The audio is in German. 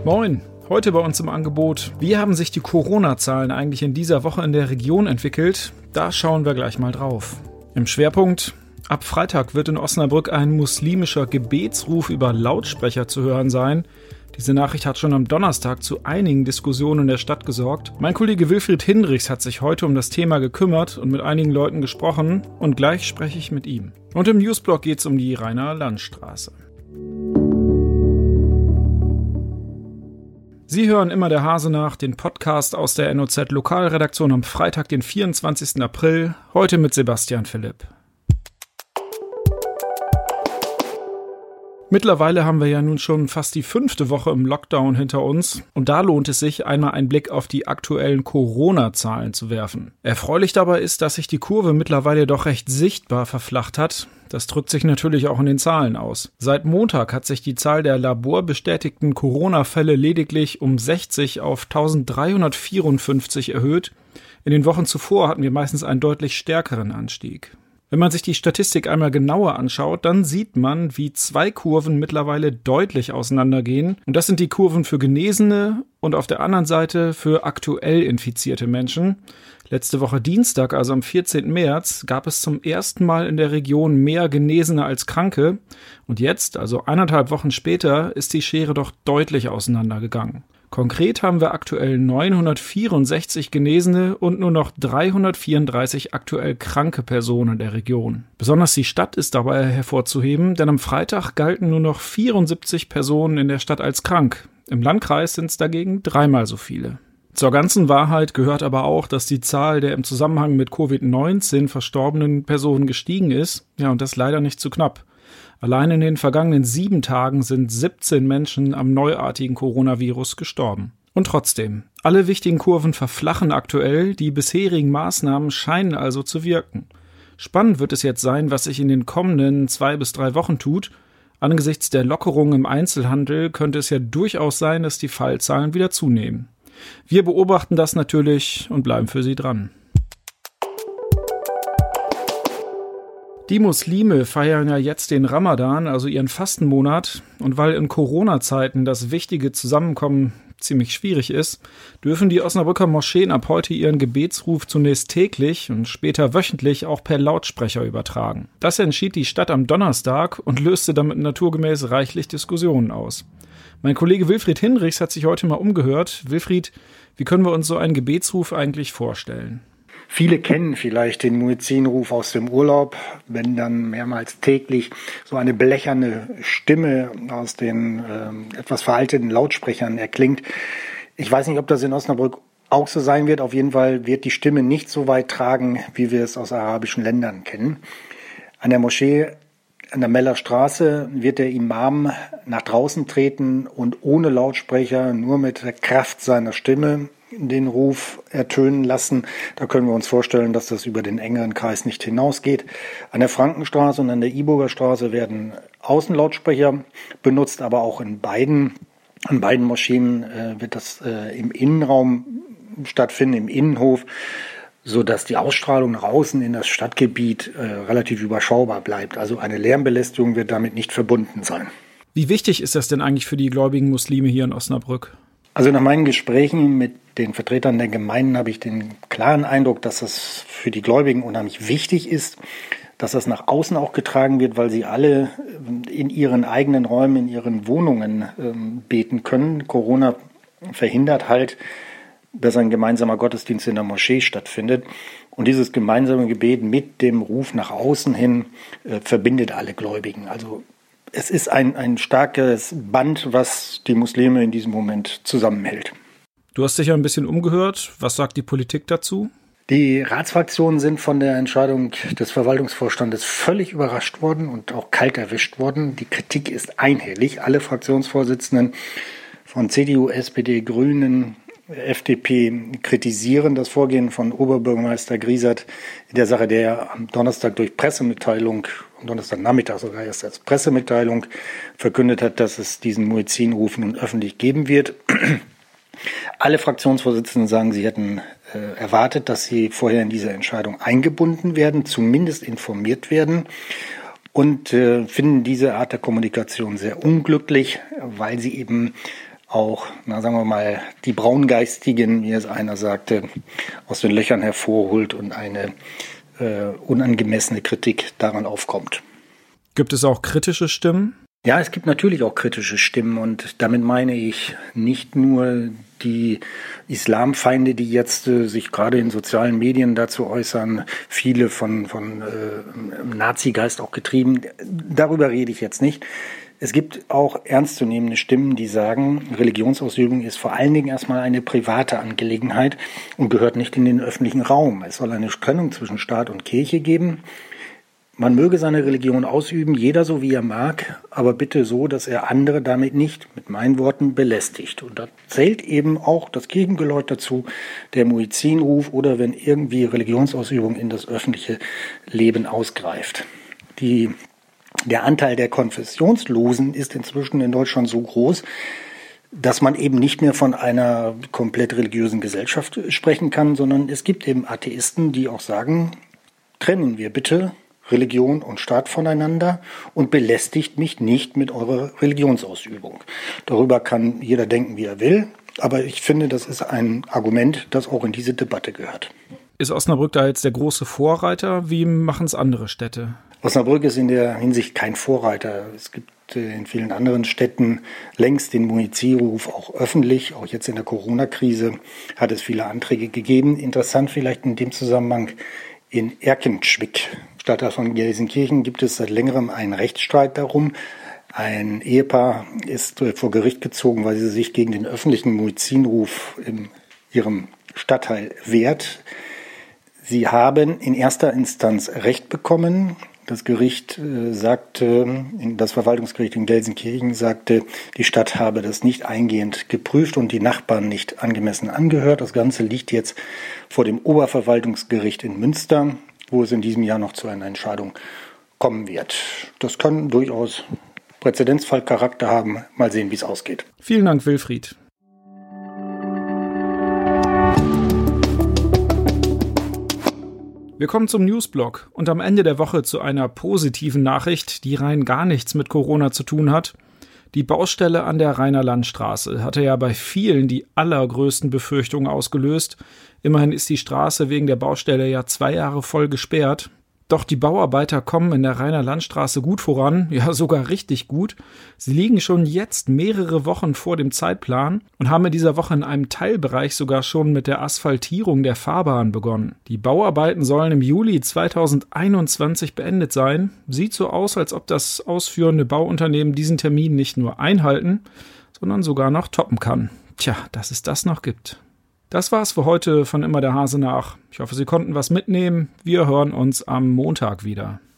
Moin, heute bei uns im Angebot. Wie haben sich die Corona-Zahlen eigentlich in dieser Woche in der Region entwickelt? Da schauen wir gleich mal drauf. Im Schwerpunkt: Ab Freitag wird in Osnabrück ein muslimischer Gebetsruf über Lautsprecher zu hören sein. Diese Nachricht hat schon am Donnerstag zu einigen Diskussionen in der Stadt gesorgt. Mein Kollege Wilfried Hinrichs hat sich heute um das Thema gekümmert und mit einigen Leuten gesprochen. Und gleich spreche ich mit ihm. Und im Newsblog geht es um die Rainer Landstraße. Sie hören immer der Hase nach, den Podcast aus der NOZ Lokalredaktion am Freitag, den 24. April, heute mit Sebastian Philipp. Mittlerweile haben wir ja nun schon fast die 5. Woche im Lockdown hinter uns und da lohnt es sich, einmal einen Blick auf die aktuellen Corona-Zahlen zu werfen. Erfreulich dabei ist, dass sich die Kurve mittlerweile doch recht sichtbar verflacht hat. Das drückt sich natürlich auch in den Zahlen aus. Seit Montag hat sich die Zahl der laborbestätigten Corona-Fälle lediglich um 60 auf 1354 erhöht. In den Wochen zuvor hatten wir meistens einen deutlich stärkeren Anstieg. Wenn man sich die Statistik einmal genauer anschaut, dann sieht man, wie zwei Kurven mittlerweile deutlich auseinandergehen. Und das sind die Kurven für Genesene und auf der anderen Seite für aktuell infizierte Menschen. Letzte Woche Dienstag, also am 14. März, gab es zum ersten Mal in der Region mehr Genesene als Kranke. Und jetzt, also 1,5 Wochen später, ist die Schere doch deutlich auseinandergegangen. Konkret haben wir aktuell 964 Genesene und nur noch 334 aktuell kranke Personen in der Region. Besonders die Stadt ist dabei hervorzuheben, denn am Freitag galten nur noch 74 Personen in der Stadt als krank. Im Landkreis sind es dagegen 3-mal so viele. Zur ganzen Wahrheit gehört aber auch, dass die Zahl der im Zusammenhang mit Covid-19 verstorbenen Personen gestiegen ist. Ja, und das leider nicht zu knapp. Allein in den vergangenen 7 Tagen sind 17 Menschen am neuartigen Coronavirus gestorben. Und trotzdem, alle wichtigen Kurven verflachen aktuell, die bisherigen Maßnahmen scheinen also zu wirken. Spannend wird es jetzt sein, was sich in den kommenden 2 bis 3 Wochen tut. Angesichts der Lockerungen im Einzelhandel könnte es ja durchaus sein, dass die Fallzahlen wieder zunehmen. Wir beobachten das natürlich und bleiben für Sie dran. Die Muslime feiern ja jetzt den Ramadan, also ihren Fastenmonat. Und weil in Corona-Zeiten das wichtige Zusammenkommen ziemlich schwierig ist, dürfen die Osnabrücker Moscheen ab heute ihren Gebetsruf zunächst täglich und später wöchentlich auch per Lautsprecher übertragen. Das entschied die Stadt am Donnerstag und löste damit naturgemäß reichlich Diskussionen aus. Mein Kollege Wilfried Hinrichs hat sich heute mal umgehört. Wilfried, wie können wir uns so einen Gebetsruf eigentlich vorstellen? Viele kennen vielleicht den Muezzinruf aus dem Urlaub, wenn dann mehrmals täglich so eine blecherne Stimme aus den etwas veralteten Lautsprechern erklingt. Ich weiß nicht, ob das in Osnabrück auch so sein wird. Auf jeden Fall wird die Stimme nicht so weit tragen, wie wir es aus arabischen Ländern kennen. An der Moschee an der Meller Straße wird der Imam nach draußen treten und ohne Lautsprecher, nur mit der Kraft seiner Stimme den Ruf ertönen lassen. Da können wir uns vorstellen, dass das über den engeren Kreis nicht hinausgeht. An der Frankenstraße und an der Iburger Straße werden Außenlautsprecher benutzt, aber auch an beiden Moscheen wird das im Innenraum stattfinden, im Innenhof, so dass die Ausstrahlung nach außen in das Stadtgebiet relativ überschaubar bleibt. Also eine Lärmbelästigung wird damit nicht verbunden sein. Wie wichtig ist das denn eigentlich für die gläubigen Muslime hier in Osnabrück? Also nach meinen Gesprächen mit den Vertretern der Gemeinden habe ich den klaren Eindruck, dass das für die Gläubigen unheimlich wichtig ist, dass das nach außen auch getragen wird, weil sie alle in ihren eigenen Räumen, in ihren Wohnungen beten können. Corona verhindert halt, dass ein gemeinsamer Gottesdienst in der Moschee stattfindet. Und dieses gemeinsame Gebet mit dem Ruf nach außen hin verbindet alle Gläubigen. Also es ist ein starkes Band, was die Muslime in diesem Moment zusammenhält. Du hast dich ja ein bisschen umgehört. Was sagt die Politik dazu? Die Ratsfraktionen sind von der Entscheidung des Verwaltungsvorstandes völlig überrascht worden und auch kalt erwischt worden. Die Kritik ist einhellig. Alle Fraktionsvorsitzenden von CDU, SPD, Grünen, FDP kritisieren das Vorgehen von Oberbürgermeister Griesert in der Sache, der am Donnerstag durch Pressemitteilung, am Donnerstagnachmittag sogar erst als Pressemitteilung verkündet hat, dass es diesen Muezzinruf nun öffentlich geben wird. Alle Fraktionsvorsitzenden sagen, sie hätten erwartet, dass sie vorher in diese Entscheidung eingebunden werden, zumindest informiert werden. Und finden diese Art der Kommunikation sehr unglücklich, weil sie eben auch, sagen wir mal, die Braungeistigen, wie es einer sagte, aus den Löchern hervorholt und eine unangemessene Kritik daran aufkommt. Gibt es auch kritische Stimmen? Ja, es gibt natürlich auch kritische Stimmen und damit meine ich nicht nur die Islamfeinde, die jetzt sich gerade in sozialen Medien dazu äußern, viele von Nazigeist auch getrieben. Darüber rede ich jetzt nicht. Es gibt auch ernstzunehmende Stimmen, die sagen, Religionsausübung ist vor allen Dingen erstmal eine private Angelegenheit und gehört nicht in den öffentlichen Raum. Es soll eine Trennung zwischen Staat und Kirche geben. Man möge seine Religion ausüben, jeder so wie er mag, aber bitte so, dass er andere damit nicht, mit meinen Worten, belästigt. Und da zählt eben auch das Kirchengeläut dazu, der Muezzinruf oder wenn irgendwie Religionsausübung in das öffentliche Leben ausgreift. Der Anteil der Konfessionslosen ist inzwischen in Deutschland so groß, dass man eben nicht mehr von einer komplett religiösen Gesellschaft sprechen kann, sondern es gibt eben Atheisten, die auch sagen, trennen wir bitte Religion und Staat voneinander und belästigt mich nicht mit eurer Religionsausübung. Darüber kann jeder denken, wie er will, aber ich finde, das ist ein Argument, das auch in diese Debatte gehört. Ist Osnabrück da jetzt der große Vorreiter? Wie machen es andere Städte? Osnabrück ist in der Hinsicht kein Vorreiter. Es gibt in vielen anderen Städten längst den Muezzinruf auch öffentlich. Auch jetzt in der Corona-Krise hat es viele Anträge gegeben. Interessant vielleicht in dem Zusammenhang: in Erkenschwick, Stadtteil von Gelsenkirchen, gibt es seit längerem einen Rechtsstreit darum. Ein Ehepaar ist vor Gericht gezogen, weil sie sich gegen den öffentlichen Muezzinruf in ihrem Stadtteil wehrt. Sie haben in erster Instanz Recht bekommen. Das Gericht das Verwaltungsgericht in Gelsenkirchen sagte, die Stadt habe das nicht eingehend geprüft und die Nachbarn nicht angemessen angehört. Das Ganze liegt jetzt vor dem Oberverwaltungsgericht in Münster, wo es in diesem Jahr noch zu einer Entscheidung kommen wird. Das kann durchaus Präzedenzfallcharakter haben. Mal sehen, wie es ausgeht. Vielen Dank, Wilfried. Wir kommen zum Newsblock und am Ende der Woche zu einer positiven Nachricht, die rein gar nichts mit Corona zu tun hat. Die Baustelle an der Rainer Landstraße hatte ja bei vielen die allergrößten Befürchtungen ausgelöst. Immerhin ist die Straße wegen der Baustelle ja 2 Jahre voll gesperrt. Doch die Bauarbeiter kommen in der Rainer Landstraße gut voran, ja sogar richtig gut. Sie liegen schon jetzt mehrere Wochen vor dem Zeitplan und haben in dieser Woche in einem Teilbereich sogar schon mit der Asphaltierung der Fahrbahn begonnen. Die Bauarbeiten sollen im Juli 2021 beendet sein. Sieht so aus, als ob das ausführende Bauunternehmen diesen Termin nicht nur einhalten, sondern sogar noch toppen kann. Tja, dass es das noch gibt. Das war's für heute von Immer der Hase nach. Ich hoffe, Sie konnten was mitnehmen. Wir hören uns am Montag wieder.